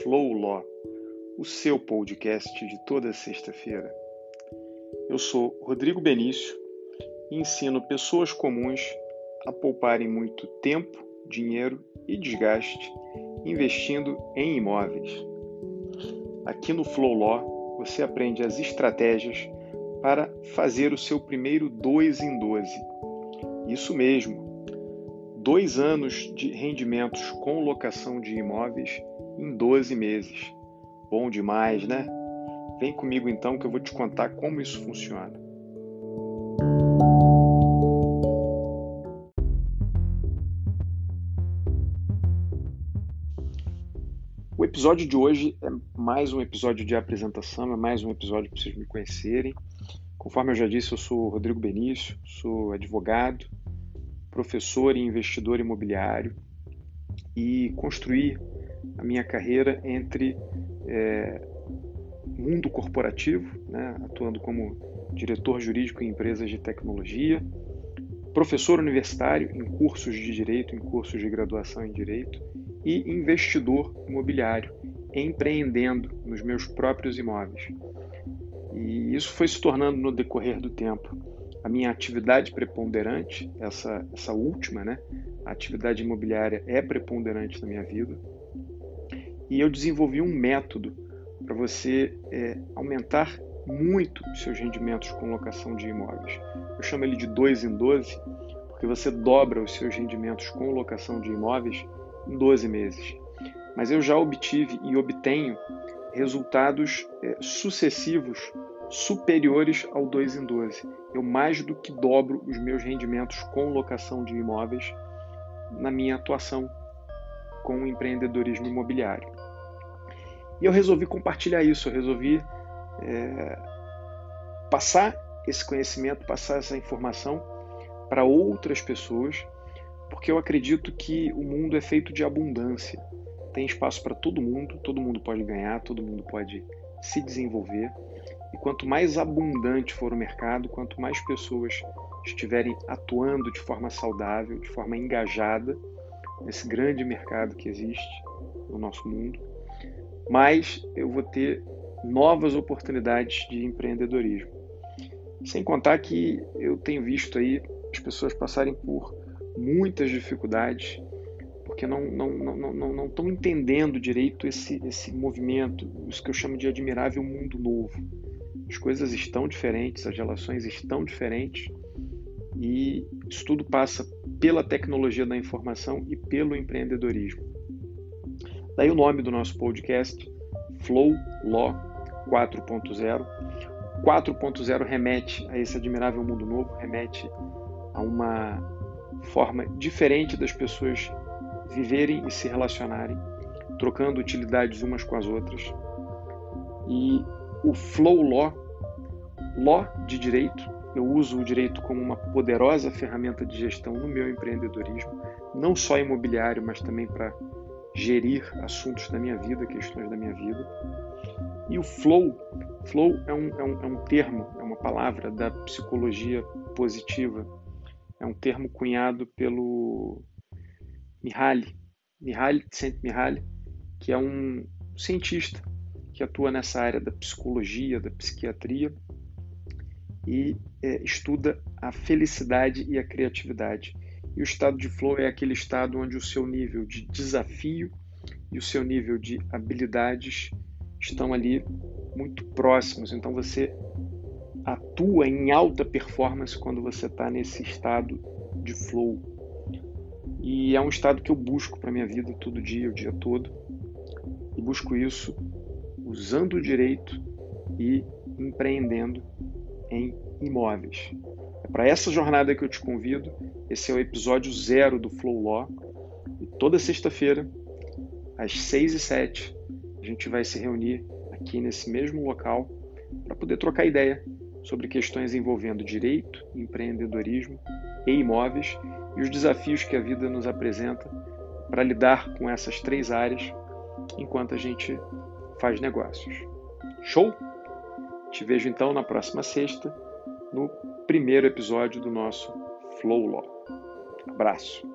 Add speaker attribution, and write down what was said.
Speaker 1: Flow Law, o seu podcast de toda sexta-feira. Eu sou Rodrigo Benício e ensino pessoas comuns a pouparem muito tempo, dinheiro e desgaste investindo em imóveis. Aqui no Flow Law você aprende as estratégias para fazer o seu primeiro 2 em 12. Isso mesmo, 2 anos de rendimentos com locação de imóveis em 12 meses. Bom demais, né? Vem comigo então que eu vou te contar como isso funciona. O episódio de hoje é mais um episódio de apresentação, é mais um episódio para vocês me conhecerem. Conforme eu já disse, eu sou Rodrigo Benício, sou advogado, professor e investidor imobiliário e construí a minha carreira entre mundo corporativo, né, atuando como diretor jurídico em empresas de tecnologia, professor universitário em cursos de direito, em cursos de graduação em direito e investidor imobiliário, empreendendo nos meus próprios imóveis. E isso foi se tornando no decorrer do tempo a minha atividade preponderante, essa última, né? A atividade imobiliária é preponderante na minha vida. E eu desenvolvi um método para você aumentar muito os seus rendimentos com locação de imóveis. Eu chamo ele de 2 em 12, porque você dobra os seus rendimentos com locação de imóveis em 12 meses. Mas eu já obtive e obtenho resultados sucessivos superiores ao 2 em 12. Eu mais do que dobro os meus rendimentos com locação de imóveis na minha atuação com o empreendedorismo imobiliário. E eu resolvi compartilhar isso, eu resolvi passar esse conhecimento, passar essa informação para outras pessoas, porque eu acredito que o mundo é feito de abundância. Tem espaço para todo mundo pode ganhar, todo mundo pode se desenvolver. E quanto mais abundante for o mercado, quanto mais pessoas estiverem atuando de forma saudável, de forma engajada nesse grande mercado que existe no nosso mundo, mais eu vou ter novas oportunidades de empreendedorismo. Sem contar que eu tenho visto aí as pessoas passarem por muitas dificuldades porque não estão entendendo direito esse movimento, isso que eu chamo de admirável mundo novo. As coisas estão diferentes, as relações estão diferentes e isso tudo passa pela tecnologia da informação e pelo empreendedorismo. Daí o nome do nosso podcast, Flow Law 4.0. 4.0 remete a esse admirável mundo novo, remete a uma forma diferente das pessoas viverem e se relacionarem, trocando utilidades umas com as outras. E o Flow Law de direito, eu uso o direito como uma poderosa ferramenta de gestão no meu empreendedorismo, não só imobiliário, mas também para gerir assuntos da minha vida, questões da minha vida. E o Flow é um termo, é uma palavra da psicologia positiva, é um termo cunhado pelo Mihaly Csikszentmihalyi, que é um cientista que atua nessa área da psicologia, da psiquiatria e estuda a felicidade e a criatividade. E o estado de flow é aquele estado onde o seu nível de desafio e o seu nível de habilidades estão ali muito próximos. Então você atua em alta performance quando você está nesse estado de flow. E é um estado que eu busco para a minha vida todo dia, o dia todo. E busco isso usando o direito e empreendendo em imóveis. É para essa jornada que eu te convido. Esse é o episódio 0 do Flow Law. E toda sexta-feira, às 6h07, a gente vai se reunir aqui nesse mesmo local para poder trocar ideia sobre questões envolvendo direito, empreendedorismo e imóveis e os desafios que a vida nos apresenta para lidar com essas 3 áreas enquanto a gente faz negócios. Show? Te vejo então na próxima sexta, no primeiro episódio do nosso Flow Law. Abraço!